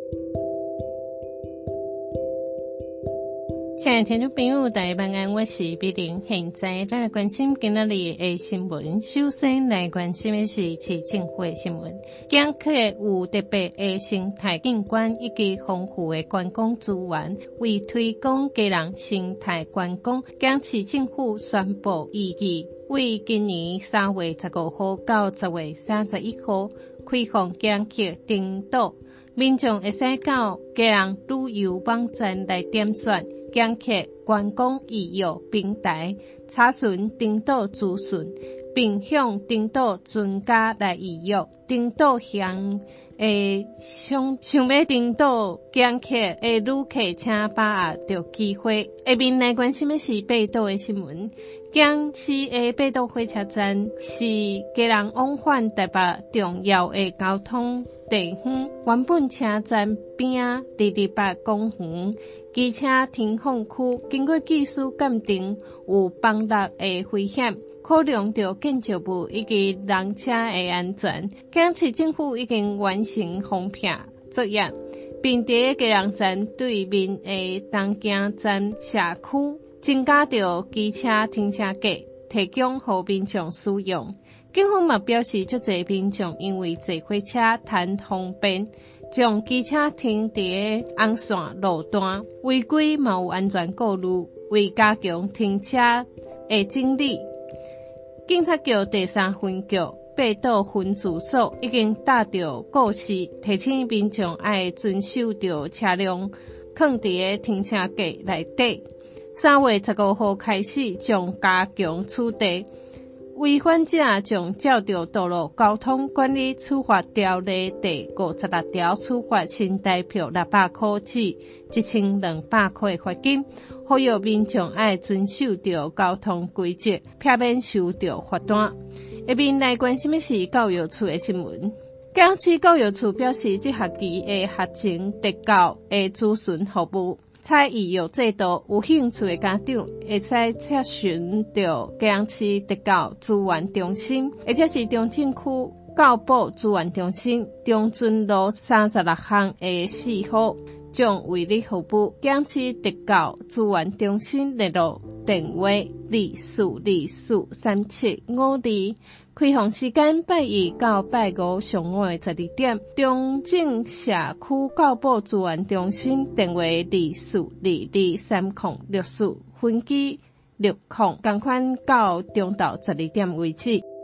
亲爱的听众朋友，大家晚安，我是碧玲。现在咱来关心今仔日的新闻。首先来关心的是市政府的新闻。今课有特别的生态景观以及丰富的观光资源，为推广家人生态观光，今市政府宣布意义，为今年3月15号到10月31号开放今课登岛，民众会使到家人旅游网站来点选讲客观光预约平台，查询登岛资讯，并向登岛专家来预约。登岛乡想要登岛讲客的旅客，请把握着机会。下面来关心的是北岛的新闻。江市的北岛火车站是家人往返台北重要的交通地方，原本车站边离北公园机车停放区，经过技术鉴定有崩落的危险，考量到建筑物以及人车的安全，江市政府已经完成封闭作业，并在家人站对面的东京站社区增加着机车停车格，提供给民众使用。警方嘛表示，足侪民众因为坐火车贪方便，将机车停伫红线路段，违规嘛有安全顾虑。为加强停车的整理，警察局第3分局北岛分驻所已经打着告示，提醒民众要遵守着车辆放伫停车格内底。3月15号开始，将加强处理违反者，将照着道路交通管理处罚条例第56条处罚新台币600块至1200块罚金，呼吁民众要遵守着交通规则，避免受到罚单。下面来关心的是教育处的新闻。江市教育处表示，这学期的学前特教的咨询服务采预约制度，有兴趣的家长会使查询到江市特教资源中心，或者是中正区教保资源中心中正路36巷的4号，将为你服务。江市特教资源中心联络电话24243752，开放时间拜一到拜五上午的12点，中正社区教保资源中心电话24223064，分机60，同款到中昼12点为止。